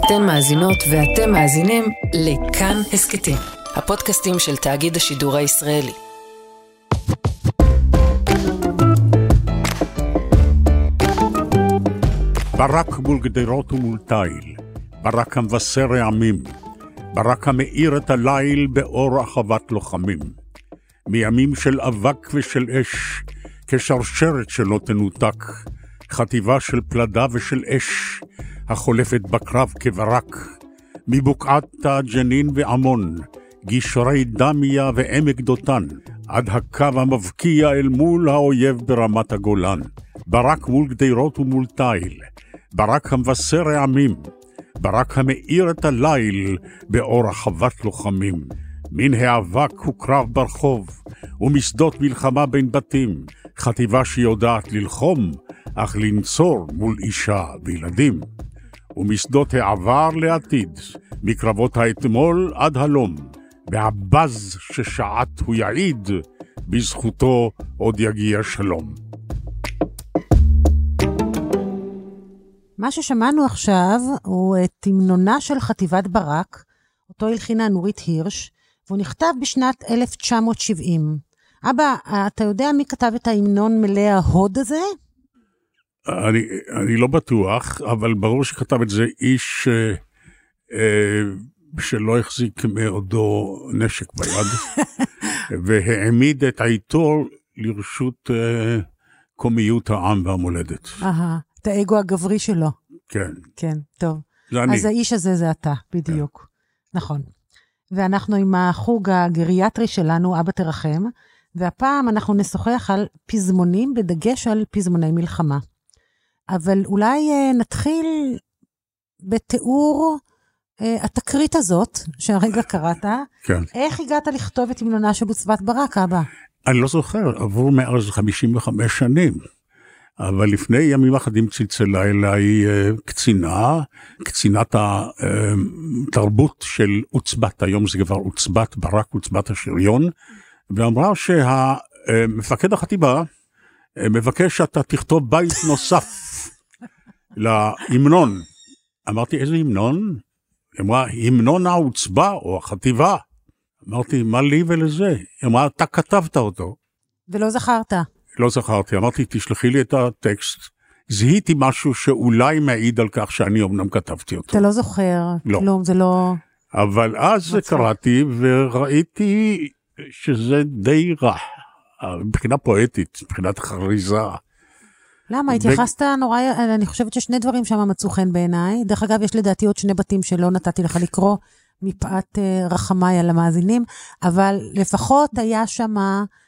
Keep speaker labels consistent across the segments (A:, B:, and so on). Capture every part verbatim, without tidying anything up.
A: אתן מאזינות ואתם מאזינים לכאן הסקטים, הפודקאסטים של תאגיד השידור הישראלי.
B: ברק מול גדרות ומול תיל, ברק המבשר העמים, ברק המאיר את הליל באור אחוות לוחמים. מימים של אבק ושל אש, כשרשרת שלא תנותק, חטיבה של פלדה ושל אש, החולפת בקרב כברק. מבוקעת ג'נין ועמון, גישורי דמיה ועמק דותן, עד הקו המבקיע אל מול האויב ברמת הגולן. ברק מול גדרות ומול תיל, ברק המבשר העמים, ברק המאיר את הליל באור אחוות לוחמים. מן האבק הוא קרב ברחוב, ומשדות מלחמה בין בתים, חטיבה שיודעת ללחום, אך לנצור מול אישה וילדים. ומשדות העבר לעתיד, מקרבות האתמול עד הלום, והבז ששעת הוא יעיד, בזכותו עוד יגיע שלום.
C: מה ששמענו עכשיו הוא תמנונה של חטיבת ברק, אותו הלחינה נורית הירש, והוא נכתב בשנת אלף תשע מאות שבעים. אבא, אתה יודע מי כתב את ההמנון מלא ההוד הזה?
B: אני, אני לא בטוח, אבל ברור שכתב את זה איש אה, אה, שלא החזיק מעודו נשק ביד, והעמיד את העיתור לרשות אה, קומיות העם והמולדת.
C: אהה, את האגו הגברי שלו.
B: כן.
C: כן, טוב.
B: זה אני.
C: אז האיש הזה זה אתה, בדיוק. כן. נכון. ואנחנו עם החוג הגריאטרי שלנו, אבא תרחם, והפעם אנחנו נשוחח על פזמונים, בדגש על פזמוני מלחמה. אבל אולי uh, נתחיל בתיאור uh, התקרית הזאת, שהרגע קראת.
B: כן.
C: איך הגעת לכתוב את המנונה של עוצבת ברק, אבא?
B: אני לא זוכר, עבור מאז חמישים וחמש שנים. אבל לפני ימים אחדים צלצלה אליי uh, קצינה, קצינת התרבות של עוצבת, היום זה כבר עוצבת ברק, עוצבת השריון, ואמרה שהמפקד החטיבה מבקש שאתה תכתוב בית נוסף להמנון. אמרתי, איזה המנון? אמרה, המנון העוצבה או החטיבה. אמרתי, מה לי ולזה? אמרה, אתה כתבת אותו.
C: ולא זכרת.
B: לא זכרתי, אמרתי, תשלחי לי את הטקסט. זיהיתי משהו שאולי מעיד על כך שאני אומנם כתבתי אותו.
C: אתה לא זוכר.
B: לא.
C: כלום, זה לא...
B: אבל אז קראתי וראיתי שזה די רע. מבחינה פואטית, מבחינת חריזה.
C: למה? התייחסת נורא, אני חושבת ששני דברים שם מצאו חן בעיניי. דרך אגב, יש לדעתי עוד שני בתים שלא נתתי לך לקרוא, מפאת רחמי על המאזינים, אבל לפחות היה שם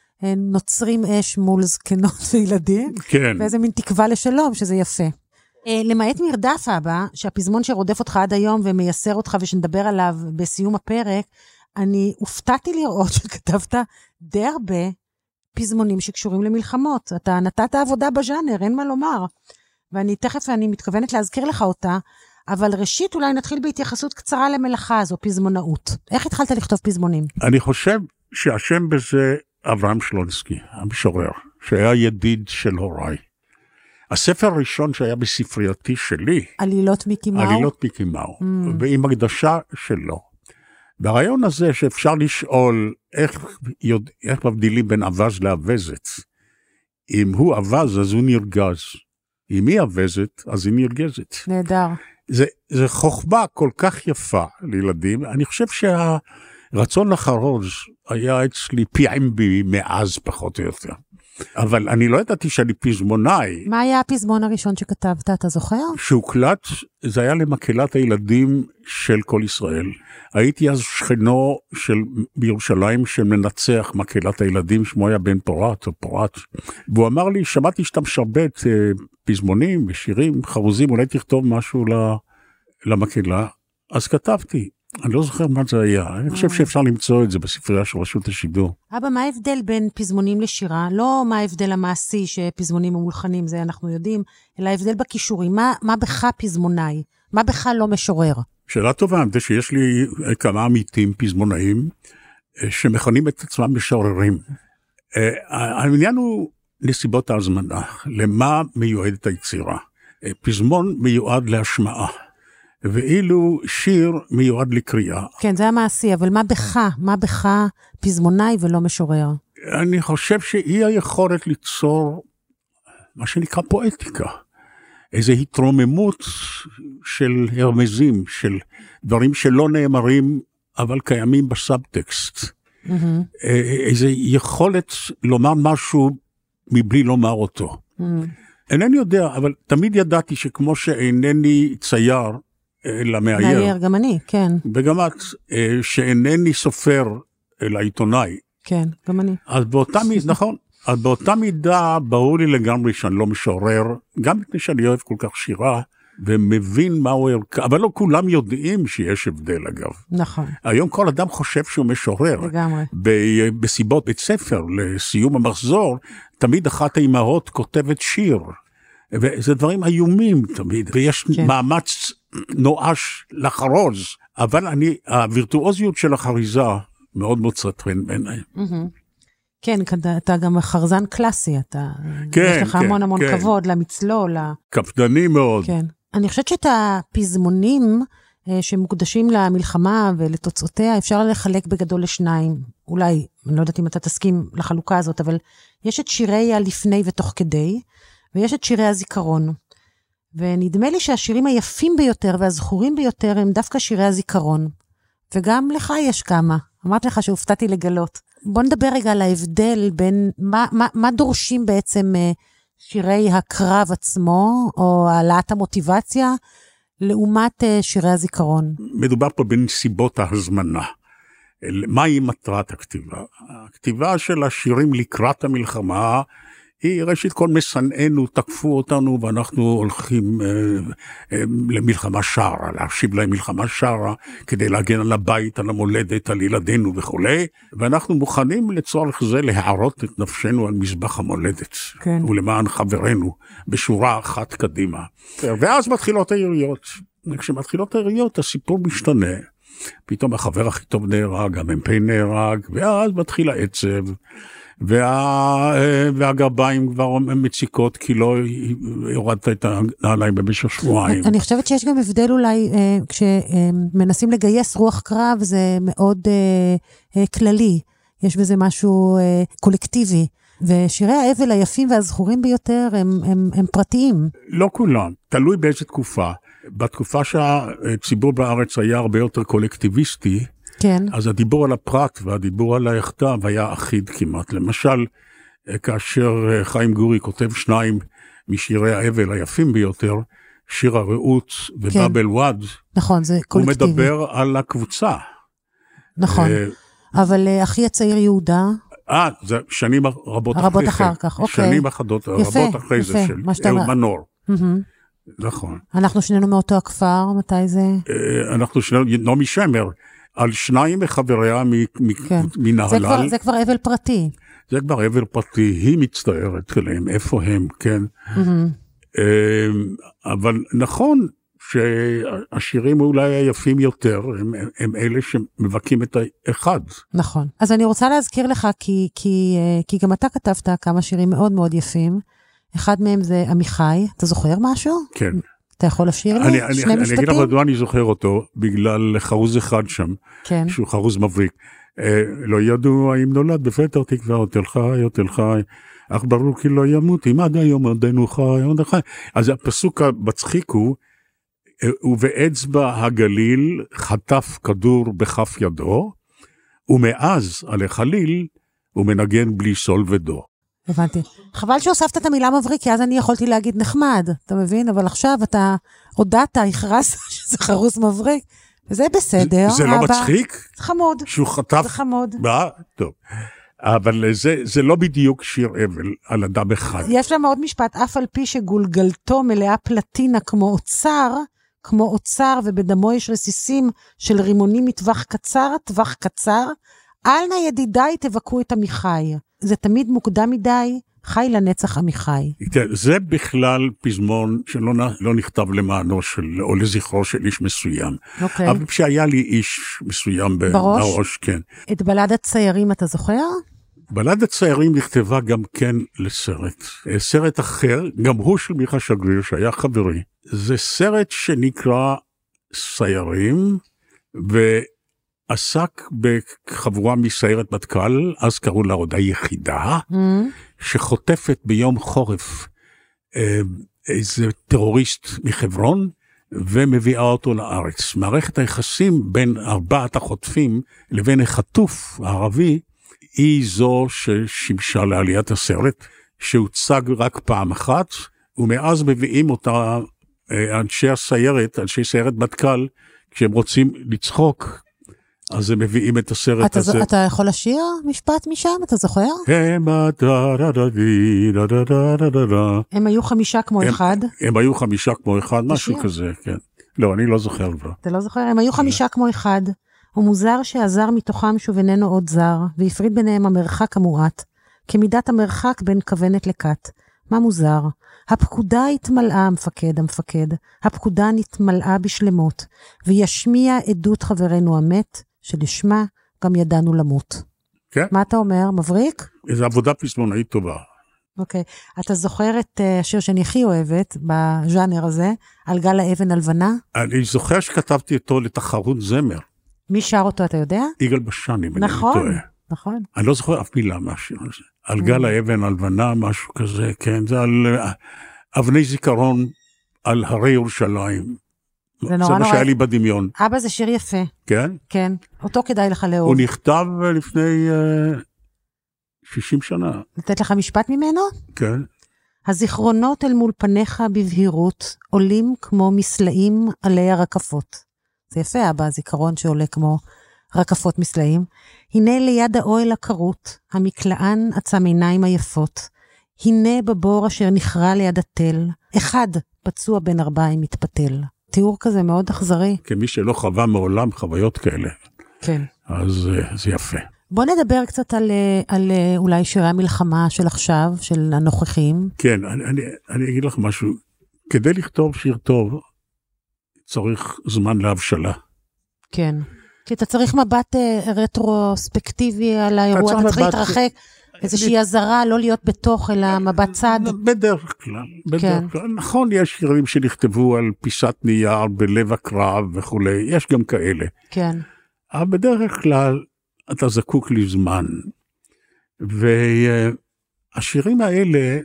C: נוצרים אש מול זקנות וילדים,
B: כן.
C: ואיזה מין תקווה לשלום, שזה יפה. למעט מרדף אבא, שהפזמון שרודף אותך עד היום ומייסר אותך ושנדבר עליו בסיום הפרק, אני הופתעתי לראות שכתבת די הרבה פזמונים שקשורים למלחמות. אתה נתת עבודה בז'אנר, אין מה לומר. ואני תכף, אני מתכוונת להזכיר לך אותה, אבל ראשית אולי נתחיל בהתייחסות קצרה למלאכה הזו, פזמונאות. איך התחלת לכתוב פזמונים?
B: אני חושב שהשם בזה אברהם שלונסקי, המשורר, שהיה ידיד של הוריי. הספר הראשון שהיה בספרייתי שלי,
C: עלילות מיקי מאו?
B: עלילות מיקי מאו, mm. ועם הקדשה שלו. ברעיון הזה שאפשר לשאול איך, יודע, איך מבדילים בין אבז לאבזת. אם הוא אבז, אז הוא נרגז. אם היא אבזת, אז היא נרגזת.
C: נהדר.
B: זה, זה חוכמה כל כך יפה לילדים. אני חושב שהרצון לחרוז היה אצלי פי בי מאז פחות או יותר. אבל אני לא ידעתי שאני פזמונאי.
C: מה היה הפזמון הראשון שכתבת, אתה זוכר?
B: שהוקלט, זה היה למקהלת הילדים של כל ישראל. הייתי אז שכנו של, בירושלים שמנצח מקהלת הילדים, שמו היה בן פורת או פורת. והוא אמר לי, שמעתי שאתה משרבט אה, פזמונים ושירים, חרוזים, אולי תכתוב משהו למקהלה. אז כתבתי. אני לא זוכר מה זה היה. אני חושב שאפשר למצוא את זה בספרייה של רשות השידור.
C: אבא, מה ההבדל בין פזמונים לשירה? לא מה ההבדל המעשי שפזמונים ומולחנים, זה אנחנו יודעים, אלא ההבדל בכישורים. מה, מה בך פזמונאי? מה בך לא משורר?
B: שאלה טובה, זה שיש לי כמה עמיתים פזמונאים שמכנים את עצמם משוררים. העניין הוא נסיבות ההזמנה. למה מיועדת היצירה? פזמון מיועד להשמעה. ואילו שיר מיועד לקריאה.
C: כן, זה המעשי, אבל מה בך? מה בך פזמונאי ולא משורר?
B: אני חושב שהיא היכולת ליצור מה שנקרא פואטיקה. איזו התרוממות של הרמזים, של דברים שלא נאמרים, אבל קיימים בסאבטקסט. Mm-hmm. איזו יכולת לומר משהו מבלי לומר אותו. Mm-hmm. אינני יודע, אבל תמיד ידעתי שכמו שאינני צייר, אלא מאייר.
C: מאייר, גם אני, כן.
B: וגם את, שאינני סופר, אלא עיתונאי.
C: כן, גם אני.
B: אז באותה מידה, נכון, אז באותה מידה ברור לי לגמרי שאני לא משורר, גם מפני שאני אוהב כל כך שירה, ומבין מהו ערכה, אבל לא כולם יודעים שיש הבדל אגב.
C: נכון.
B: היום כל אדם חושב שהוא משורר.
C: לגמרי.
B: ב- בסיבות בית ספר, לסיום המחזור, תמיד אחת האימהות כותבת שיר, וזה דברים איומים תמיד, ויש כן. מאמץ נואש לחרוז, אבל אני, הווירטואוזיות של החריזה מאוד מוצאת חן בעיניי.
C: כן, אתה גם חרזן קלאסי, אתה,
B: כן,
C: יש לך
B: כן,
C: המון המון
B: כן.
C: כבוד למצלול.
B: קפדני מאוד.
C: כן. אני חושבת שאת הפזמונים שמוקדשים למלחמה ולתוצאותיה, אפשר לחלק בגדול לשניים. אולי, אני לא יודעת אם אתה תסכים לחלוקה הזאת, אבל יש את שירי הלפני ותוך כדי, ויש את שירי הזיכרון. ונדמה לי שהשירים היפים ביותר והזכורים ביותר הם דווקא שירי הזיכרון. וגם לך יש כמה. אמרתי לך שהופתעתי לגלות. בוא נדבר רגע על ההבדל בין, מה, מה, מה דורשים בעצם שירי הקרב עצמו, או העלאת המוטיבציה, לעומת שירי הזיכרון.
B: מדובר פה בנסיבות ההזמנה. מהי מטרת הכתיבה? הכתיבה של השירים לקראת המלחמה, היא ראשית כל מסנאנו, תקפו אותנו, ואנחנו הולכים אה, אה, למלחמה שרה, להשיב להם מלחמה שרה, כדי להגן על הבית, על המולדת, על ילדינו וכו'. ואנחנו מוכנים לצורך זה להערות את נפשנו על מזבח המולדת, כן. ולמען חברנו, בשורה אחת קדימה. ואז מתחילות היריות. כשמתחילות היריות, הסיפור משתנה. פתאום החבר הכי טוב נהרג, המ"פ נהרג, ואז מתחיל העצב. וה... והגרביים כבר מציקות, כי לא הורדת את הנעליים במשך שבועיים.
C: אני חושבת שיש גם הבדל אולי, כשמנסים לגייס רוח קרב, זה מאוד כללי. יש בזה משהו קולקטיבי. ושירי האבל היפים והזכורים ביותר הם, הם, הם פרטיים.
B: לא כולם, תלוי באיזו תקופה. בתקופה שהציבור בארץ היה הרבה יותר קולקטיביסטי, כן. אז הדיבור על הפרט והדיבור על היחדיו היה אחיד כמעט. למשל, כאשר חיים גורי כותב שניים משירי האבל היפים ביותר, שיר הרעות ובאבל כן. וואד,
C: נכון, זה קולקטיבי.
B: הוא מדבר על הקבוצה.
C: נכון, אבל אחי הצעיר יהודה...
B: אה, זה שנים רבות,
C: רבות אחר כך, אוקיי.
B: שנים אחדות,
C: יפה,
B: רבות אחרי
C: יפה,
B: זה, של אהוד מנור. נכון.
C: אנחנו שנינו מאותו הכפר, מתי זה?
B: אנחנו שנינו, נעמי שמר, על שניים מחבריה מנהלל.
C: זה כבר אבל פרטי.
B: זה כבר אבל פרטי, היא מצטערת אליהם, איפה הם, כן. אבל נכון שהשירים אולי היפים יותר, הם אלה שמבקים את האחד.
C: נכון. אז אני רוצה להזכיר לך, כי גם אתה כתבת כמה שירים מאוד מאוד יפים, אחד מהם זה עמיחי, אתה זוכר משהו?
B: כן.
C: אתה יכול לשיר לי? שני משפטים?
B: אני אגיד לך מדוע אני זוכר אותו, בגלל חרוז אחד שם, כן. שהוא חרוז מבריק. אה, לא ידעו האם נולד בפתח תקווה, או תל חי, או תל חי, אך ברור כי לא ימות, אם עד היום עודנו חי, עוד חי. אז הפסוק המצחיק הוא, ובאצבע הגליל חטף כדור בכף ידו, ומאז על החליל הוא מנגן בלי סול ודו.
C: הבנתי. חבל שהוספת את המילה מבריק, כי אז אני יכולתי להגיד נחמד, אתה מבין? אבל עכשיו אתה הודעת, הכרזת שזה חרוז מבריק, וזה בסדר.
B: זה לא מצחיק?
C: זה חמוד.
B: שהוא חטף?
C: זה חמוד.
B: מה? טוב. אבל זה, זה לא בדיוק שיר אבל על אדם אחד.
C: יש להם עוד משפט, אף על פי שגולגלתו מלאה פלטינה כמו אוצר, כמו אוצר, ובדמו יש רסיסים של רימונים מטווח קצר, טווח קצר, אל נא ידידיי תבקו את עמיחי. זה תמיד מוקדם מדי, חי לנצח עמיחי.
B: זה בכלל פזמון שלא לא נכתב למענו של, או לזכרו של איש מסוים.
C: אוקיי.
B: אבל שהיה לי איש מסוים בראש, בראש כן.
C: את בלדת ציירים אתה זוכר?
B: בלדת ציירים נכתבה גם כן לסרט. סרט אחר, גם הוא של מיכה שגריר, שהיה חברי. זה סרט שנקרא סיירים, ועסק בחבורה מסיירת מטכ"ל, אז קראו לה עוד היחידה, mm. שחוטפת ביום חורף איזה טרוריסט מחברון, ומביאה אותו לארץ. מערכת היחסים בין ארבעת החוטפים לבין החטוף הערבי, היא זו ששימשה לעליית הסרט, שהוצג רק פעם אחת, ומאז מביאים אותה אנשי הסיירת, אנשי סיירת מטכ"ל, כשהם רוצים לצחוק, אז הם מביאים את הסרט
C: אתה
B: הזה.
C: זו, אתה יכול לשיר משפט משם? אתה זוכר? הם היו חמישה כמו
B: הם,
C: אחד.
B: הם היו חמישה כמו אחד, משהו שיר. כזה, כן. לא, אני לא זוכר כבר.
C: אתה לא זוכר? הם היו חמישה כמו אחד. הוא מוזר שעזר מתוכם שוב איננו עוד זר, והפריד ביניהם המרחק המועט, כמידת המרחק בין כוונת לקט. מה מוזר? הפקודה התמלאה המפקד, המפקד. הפקודה נתמלאה בשלמות, וישמיע עדות חברנו המת, שלשמה גם ידענו למות.
B: כן?
C: מה אתה אומר? מבריק?
B: איזו עבודה פזמונאית טובה.
C: אוקיי. אתה זוכר את השיר שאני הכי אוהבת בז'אנר הזה, על גל האבן הלבנה?
B: אני זוכר שכתבתי אותו לתחרות זמר.
C: מי שר אותו, אתה יודע?
B: יגאל בשן, אם
C: נכון,
B: אני טועה.
C: נכון.
B: אני לא זוכר אף מילה מהשיר הזה. על גל האבן הלבנה, משהו כזה, כן, זה על אבני זיכרון, על הרי ירושלים.
C: זה נורא
B: זה
C: נורא.
B: מה שהיה לי בדמיון.
C: אבא, זה שיר יפה.
B: כן?
C: כן, אותו כדאי לך לאהוב.
B: הוא נכתב לפני uh, שישים שנה.
C: לתת לך משפט ממנו?
B: כן.
C: הזיכרונות אל מול פניך בבהירות, עולים כמו מסלעים עלי הרקפות. זה יפה, אבא, הזיכרון שעולה כמו רקפות מסלעים. הנה ליד האוהל הקרות, המקלען עצם עיניים היפות. הנה בבור אשר נכרע ליד התל, אחד פצוע בין ארבעים מתפתל. תיאור כזה מאוד אכזרי.
B: כמי שלא חווה מעולם חוויות כאלה.
C: כן.
B: אז זה יפה.
C: בוא נדבר קצת על, על אולי שירי המלחמה של עכשיו, של הנוכחים. כן,
B: אני, אני, אני אגיד לך משהו. כדי לכתוב שיר טוב, צריך זמן להבשלה.
C: כן. כי אתה צריך מבט רטרוספקטיבי על האירוע, אתה צריך להתרחק. איזושהי עזרה, לא להיות בתוך, אלא מבט צד.
B: בדרך כלל, בדרך כלל. נכון, יש שירים שנכתבו על פיסת נייר בלב הקרב וכו', יש גם כאלה.
C: כן.
B: אבל בדרך כלל אתה זקוק לזמן. והשירים האלה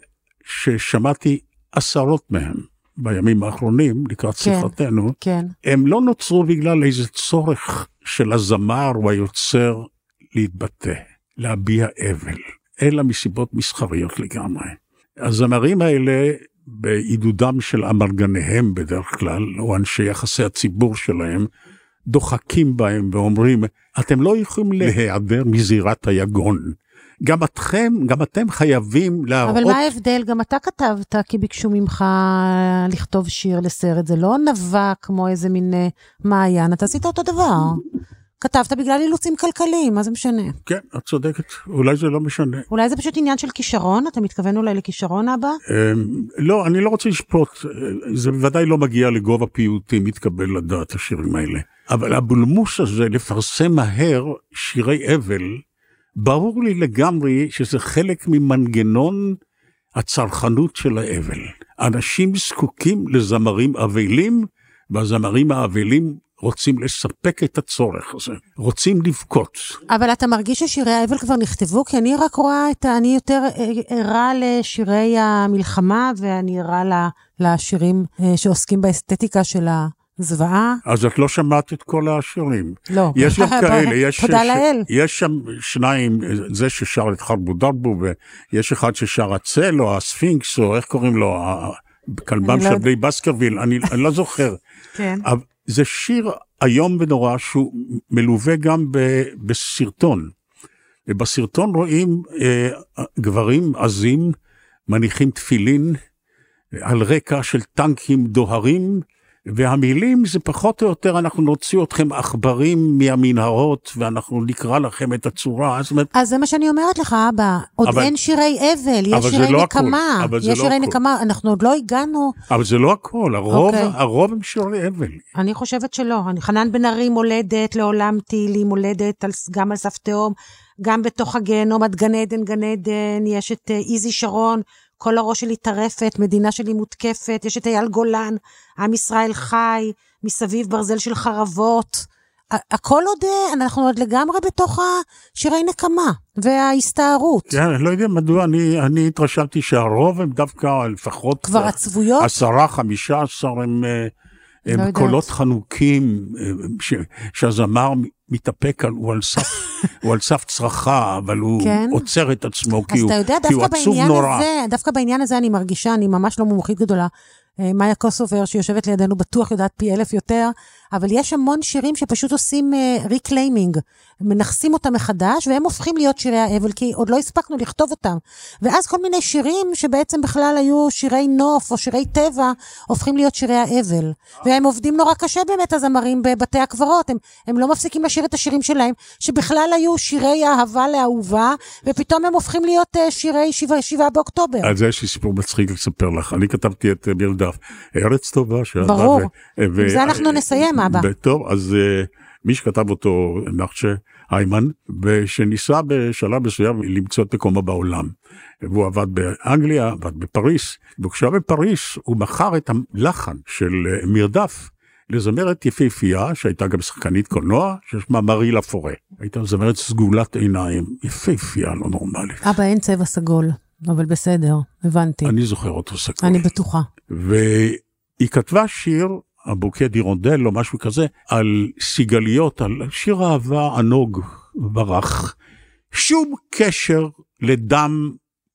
B: ששמעתי עשרות מהם בימים האחרונים, לקראת שיחתנו,
C: כן.
B: הם לא נוצרו בגלל איזה צורך של הזמר או היוצר להתבטא, להביע אבל. אלא מסיבות מסחריות לגמרי. הזמרים האלה, בעידודם של אמרגניהם בדרך כלל, או אנשי יחסי הציבור שלהם, דוחקים בהם ואומרים, אתם לא יכולים להיעדר מזירת היגון. גם אתכם, גם אתם חייבים להראות...
C: אבל מה ההבדל? גם אתה כתבת, כי ביקשו ממך לכתוב שיר לסרט. זה לא נבע כמו איזה מין מעיין, אתה עשית אותו דבר. כתבת בגלל אילוצים כלכליים, מה זה משנה?
B: כן, את צודקת, אולי זה לא משנה.
C: אולי זה פשוט עניין של כישרון, אתה מתכוון אולי לכישרון הבא?
B: לא, אני לא רוצה לשפוט, זה בוודאי לא מגיע לגובה פיוטי, מתקבל לדעת השירים האלה. אבל הבולמוס הזה, לפרסם מהר שירי אבל, ברור לי לגמרי שזה חלק ממנגנון הצרכנות של האבל. אנשים זקוקים לזמרים אבלים, והזמרים האבלים רוצים לספק את הצורך הזה, רוצים לבכות.
C: אבל אתה מרגיש ששירי האבל כבר נכתבו? כי אני רק רואה את, אני יותר ערה לשירי המלחמה, ואני ערה לשירים שעוסקים באסתטיקה של הזוועה.
B: אז את לא שמעת את כל השירים.
C: לא.
B: יש גם כאלה, יש,
C: תודה לאל.
B: יש שם שניים, זה ששר את חרבו דרבו, ויש אחד ששר הצל, או הספינקס, או איך קוראים לו, כלבם של בני בסקרוויל, אני, אני לא זוכר.
C: כן.
B: זה שיר היום ונורא שהוא מלווה גם ב, בסרטון. ובסרטון רואים אה, גברים עזים מניחים תפילין על רקע של טנקים דוהרים, והמילים זה פחות או יותר אנחנו נוציא אתכם עכברים מהמנהרות ואנחנו נקרא לכם את הצורה. אז,
C: אז זה מה שאני אומרת לך אבא, עוד אבל, אין שירי אבל, יש שירי
B: לא
C: נקמה,
B: הכל,
C: יש שירי
B: לא
C: נקמה, הכל. אנחנו עוד לא הגענו.
B: אבל זה לא הכל, הרוב, okay. הרוב הם שירי אבל.
C: אני חושבת שלא, חנן בן ארי מולדת, לעולם תהילים מולדת, גם על סף תהום, גם בתוך הגיהנום, עד גן עדן, גן עדן, יש את איזי שרון, כל הראש שלי טרפת, מדינה שלי מותקפת, יש את אייל גולן, עם ישראל חי, מסביב ברזל של חרבות, הכל עוד, אנחנו עוד לגמרי בתוך השירי נקמה, וההסתערות.
B: כן, אני לא יודע מדוע, אני, אני התרשמתי שהרוב הם דווקא לפחות...
C: כבר עצבויות?
B: עשרה, חמישה עשר הם, הם לא קולות יודעת. חנוקים, ש, שהזמר מתאפק, על, הוא, על סף, הוא על סף צרחה, אבל הוא כן? עוצר את עצמו, כי הוא, יודע, כי הוא עצוב נורא.
C: הזה, דווקא בעניין הזה אני מרגישה, אני ממש לא מומחית גדולה, מאיה קוסובר שיושבת לידינו בטוח יודעת פי אלף יותר, אבל יש המון שירים שפשוט עושים ריקליימינג, מנחסים אותם מחדש, והם הופכים להיות שירי האבל, כי עוד לא הספקנו לכתוב אותם. ואז כל מיני שירים שבעצם בכלל היו שירי נוף או שירי טבע, הופכים להיות שירי האבל. והם עובדים נורא קשה באמת הזמרים בבתי הקברות, הם, הם לא מפסיקים לשיר את השירים שלהם, שבכלל היו שירי אהבה לאהובה, ופתאום הם הופכים להיות שירי שבעה, שבעה באוקטובר.
B: על זה יש לי סיפור מצחיק לספר לך. אני כתבתי את מרדף, ארץ טובה.
C: ברור, עם זה אנחנו נסיים.
B: טוב, אז מי שכתב אותו, נחצ'ה היימן, ושניסה בשלב מסוים למצוא את מקומו בעולם. והוא עבד באנגליה, עבד בפריס, וכשהיה בפריס הוא מכר את הלחן של מרדף לזמרת יפהפייה, שהייתה גם שחקנית קולנוע, ששמה מארי לפורה. הייתה זמרת סגולת עיניים, יפהפייה, לא נורמלית.
C: אבא, אין צבע סגול, אבל בסדר, הבנתי.
B: אני זוכר אותו סגול.
C: אני בטוחה.
B: והיא כתבה שיר, הבוקה דירונדל או משהו כזה, על סיגליות, על שיר אהבה ענוג ברח. שום קשר לדם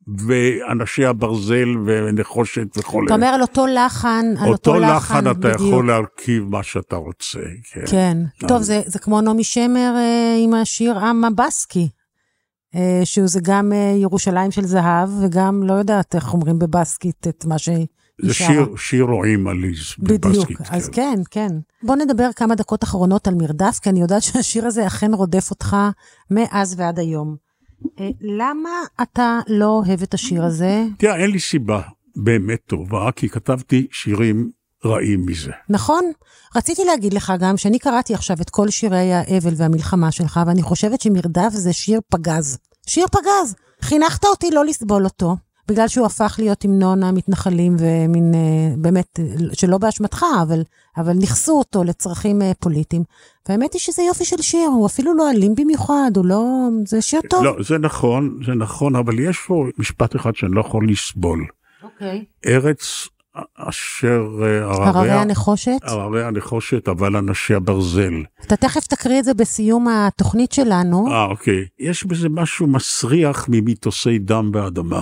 B: ואנשי הברזל ונחושת וכל...
C: אתה אומר על אותו לחן, על אותו,
B: אותו
C: לחן,
B: לחן אתה בדיוק. יכול להרכיב מה שאתה רוצה. כן.
C: כן. טוב, זה, זה כמו נעמי שמר אה, עם השיר עם הבסקי, אה, שזה גם אה, ירושלים של זהב, וגם לא יודעת איך אומרים בבסקית את מה ש...
B: זה שיר, שיר רואים עליז
C: בדיוק, אז כן, כן. בוא נדבר כמה דקות אחרונות על מרדף, כי אני יודעת שהשיר הזה אכן רודף אותך מאז ועד היום. למה אתה לא אוהב את השיר הזה?
B: תראה, אין לי סיבה באמת טובה, כי כתבתי שירים רעים מזה.
C: נכון. רציתי להגיד לך גם שאני קראתי עכשיו את כל שירי האבל והמלחמה שלך, ואני חושבת שמרדף זה שיר פגז. שיר פגז. חינכת אותי לא לסבול אותו. בגלל שהוא הפך להיות המנון המתנחלים ומין, באמת, שלא באשמתך, אבל, אבל נכסו אותו לצרכים פוליטיים. והאמת היא שזה יופי של שיר, הוא אפילו לא אלים במיוחד, הוא לא, זה שיר טוב.
B: לא, זה נכון, זה נכון, אבל יש פה משפט אחד שאני לא יכול לסבול.
C: אוקיי.
B: ארץ אשר
C: הררי הנחושת?
B: הררי הנחושת, אבל אנשי הברזל.
C: אתה תכף תקריא את זה בסיום התוכנית שלנו.
B: אה, אוקיי. יש בזה משהו מסריח ממיתוסי דם באדמה.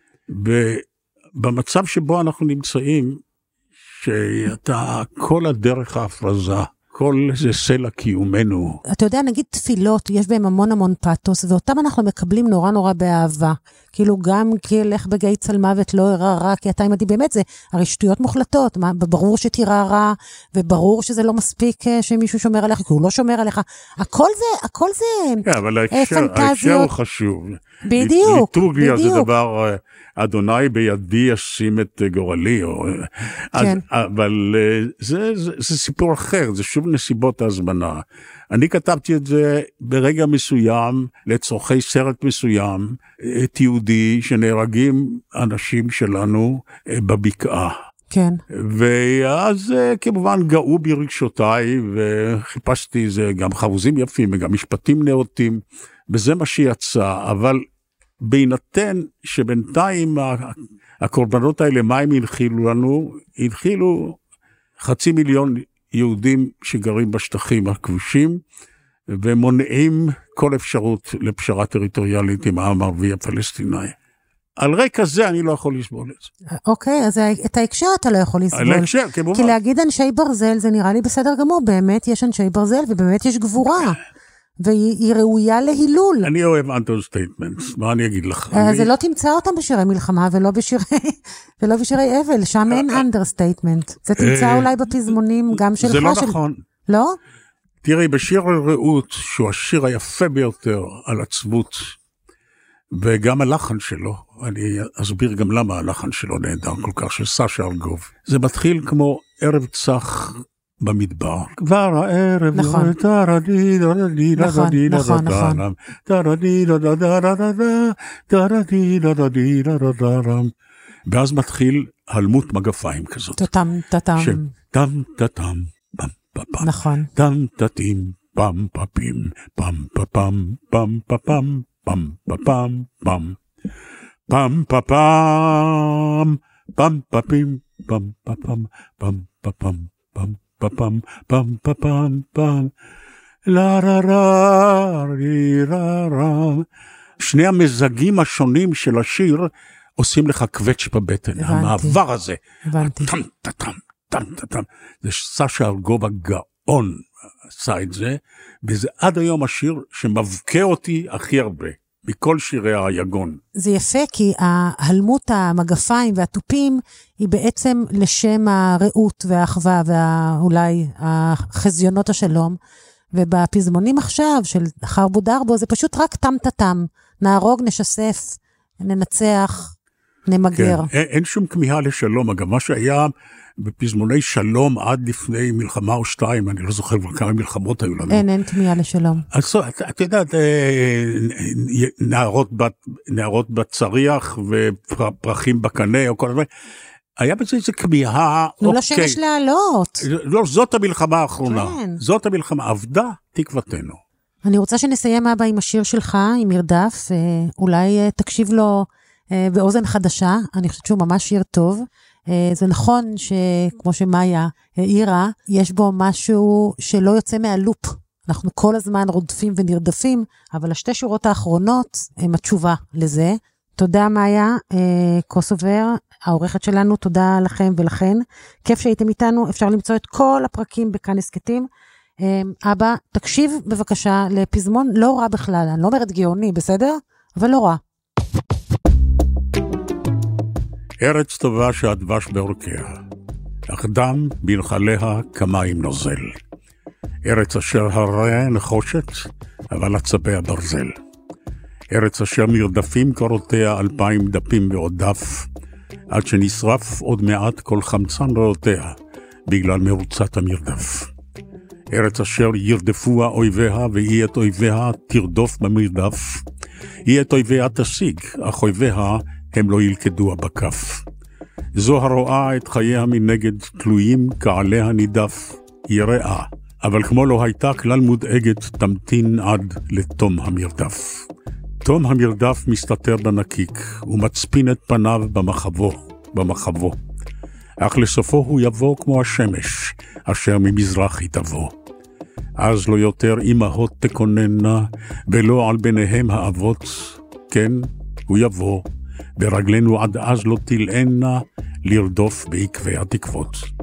B: ובמצב שבו אנחנו נמצאים, שאתה כל הדרך ההפרזה, כל זה סלע קיומנו.
C: אתה יודע, נגיד תפילות, יש בהם המון המון פאטוס, ואותם אנחנו מקבלים נורא נורא באהבה. כאילו גם כי לך בגיא צלמוות לא הרע רע, כי אתה עמדי באמת זה, הרי שטויות מוחלטות, מה, ברור שתירא רע, וברור שזה לא מספיק שמישהו שומר עליך, כי הוא לא שומר עליך. הכל זה, הכל זה
B: כן, אבל ההקשר, ההקשר הוא חשוב.
C: בדיוק,
B: ליטורגיה
C: בדיוק.
B: זה דבר, אדוני בידי ישים את גורלי, או, כן. אז, אבל זה, זה, זה סיפור אחר, זה שוב נסיבות ההזמנה. אני כתבתי את זה ברגע מסוים, לצורכי סרט מסוים, תיעודי, שנהרגים אנשים שלנו בבקעה.
C: כן.
B: ואז כמובן גאו ברגשותיי, וחיפשתי זה גם חרוזים יפים, וגם משפטים נאותים, וזה מה שיצא, אבל בהינתן שבינתיים הקורבנות האלה, מה הם הנחילו לנו? הנחילו חצי מיליון יהודים שגרים בשטחים הכבושים, ומונעים כל אפשרות לפשרה טריטוריאלית עם העם הערבי הפלסטיני. על רקע זה אני לא יכול לסבול את זה.
C: אוקיי, אז את ההקשר אתה לא יכול לסבול.
B: על ההקשר, כמובן.
C: כי להגיד אנשי ברזל זה נראה לי בסדר גמור, באמת יש אנשי ברזל ובאמת יש גבורה. והיא ראויה להילול.
B: אני אוהב אנדרסטייטמנטס, מה אני אגיד לך?
C: אז לא תמצא אותם בשירי מלחמה ולא בשירי אבל, שם אין אנדרסטייטמנט. זה תמצא אולי בפזמונים גם שלך.
B: זה לא נכון.
C: לא?
B: תראי, בשיר רעות, שהוא השיר היפה ביותר על עצבות, וגם הלחן שלו, אני אסביר גם למה הלחן שלו נהדר כל כך, של סשה ארגוב. זה מתחיל כמו ערב צח במדבר. כבר הערב,
C: נכון, נכון, נכון.
B: ואז מתחיל הלמות מגפיים כזאת.
C: טאטם, טאטם.
B: טאטם, טאטם, טאטם, פפם.
C: נכון.
B: טם טטים, פם פפים, פם פפם, פם פפם, פם פפם, פם. פם פפם, פם פפים, פם פפם, פם פפם, פם פפם, פם פפם, פם. לה רה רה רי רה רה. שני המזגים השונים של השיר עושים לך קווץ' בבטן.
C: הבנתי.
B: המעבר הזה.
C: הבנתי.
B: טם טם טם טם. זה סשה ארגוב הגאון עשה את זה, וזה עד היום השיר שמבקע אותי הכי הרבה, מכל שירי היגון.
C: זה יפה, כי ההלמות המגפיים והטופים היא בעצם לשם הרעות והאחווה ואולי החזיונות השלום, ובפזמונים עכשיו של חרבו דרבו זה פשוט רק טם טם, נהרוג, נשסף, ננצח, נמגר.
B: כן, אין, אין שום כמיהה לשלום. אגב, מה שהיה בפזמוני שלום עד לפני מלחמה או שתיים, אני לא זוכר כמה מלחמות היו לנו.
C: אין, אין כמיהה לשלום.
B: אז את, את יודעת, נערות, בת, נערות בצריח ופרחים בקנה או כל הדברים, היה בזה איזה כמיהה.
C: נו לשמש לעלות.
B: לא, זאת המלחמה האחרונה.
C: כן.
B: זאת המלחמה, עבדה תקוותנו.
C: אני רוצה שנסיים אבא עם השיר שלך, עם מרדף, אולי תקשיב לו באוזן חדשה, אני חושבת שהוא ממש שיר טוב. זה נכון שכמו שמאיה העירה, יש בו משהו שלא יוצא מהלופ. אנחנו כל הזמן רודפים ונרדפים, אבל השתי שורות האחרונות הם התשובה לזה. תודה מאיה, קוסובר, העורכת שלנו, תודה לכם ולכן. כיף שהייתם איתנו, אפשר למצוא את כל הפרקים בכאן הסקטים. אבא, תקשיב בבקשה לפזמון לא רע בכלל, אני לא אומרת גאוני, בסדר? אבל לא רע.
B: ארץ טובה שהדבש בעורקיה, אך דם בנחליה כמים נוזל. ארץ אשר הריה נחושת, אבל עצביה ברזל. ארץ אשר מרדפים קורותיה אלפיים דפים ועוד דף, עד שנשרף עוד מעט כל חמצן ריאותיה, בגלל מרוצת המרדף. ארץ אשר ירדפוה אויביה, והיא את אויביה תרדוף במרדף. היא את אויביה תשיג, אך אויביה הם לא ילכדוה בכף. זו הרואה את חייה מנגד תלויים כעליה נידף, היא רעה, אבל כמו לא הייתה כלל מודאגת, תמתין עד לתום המרדף. תום המרדף מסתתר בנקיק, ומצפין את פניו במחבו, במחבו. אך לסופו הוא יבוא כמו השמש, אשר ממזרח יתבוא. אז לא יותר אמהות תקוננה, ולא על ביניהם האבות, כן, הוא יבוא, ברגלינו עד אז לא תלענה, לרדוף בעקבי התקוות.